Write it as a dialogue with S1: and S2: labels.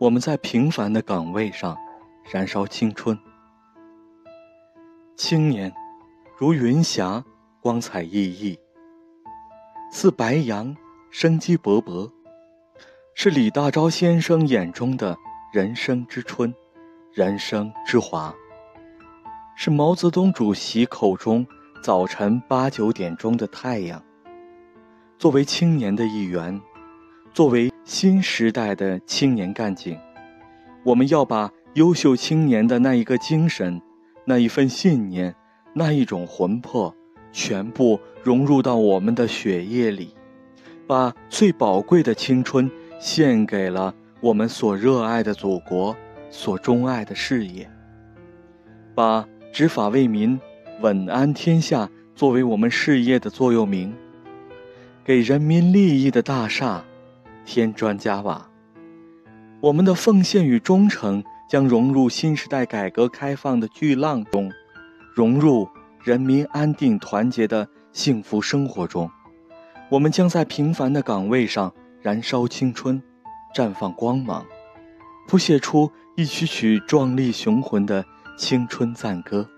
S1: 我们在平凡的岗位上燃烧青春。青年如云霞，光彩熠熠，似白杨，生机勃勃，是李大钊先生眼中的人生之春，人生之华，是毛泽东主席口中早晨8、9点钟的太阳。作为青年的一员，作为新时代的青年干警，我们要把优秀青年的那一个精神，那一份信念，那一种魂魄，全部融入到我们的血液里，把最宝贵的青春献给了我们所热爱的祖国，所钟爱的事业，把执法为民，稳安天下作为我们事业的座右铭，给人民利益的大厦添砖加瓦。我们的奉献与忠诚将融入新时代改革开放的巨浪中，融入人民安定团结的幸福生活中。我们将在平凡的岗位上燃烧青春，绽放光芒，谱写出一曲曲壮丽雄浑的青春赞歌。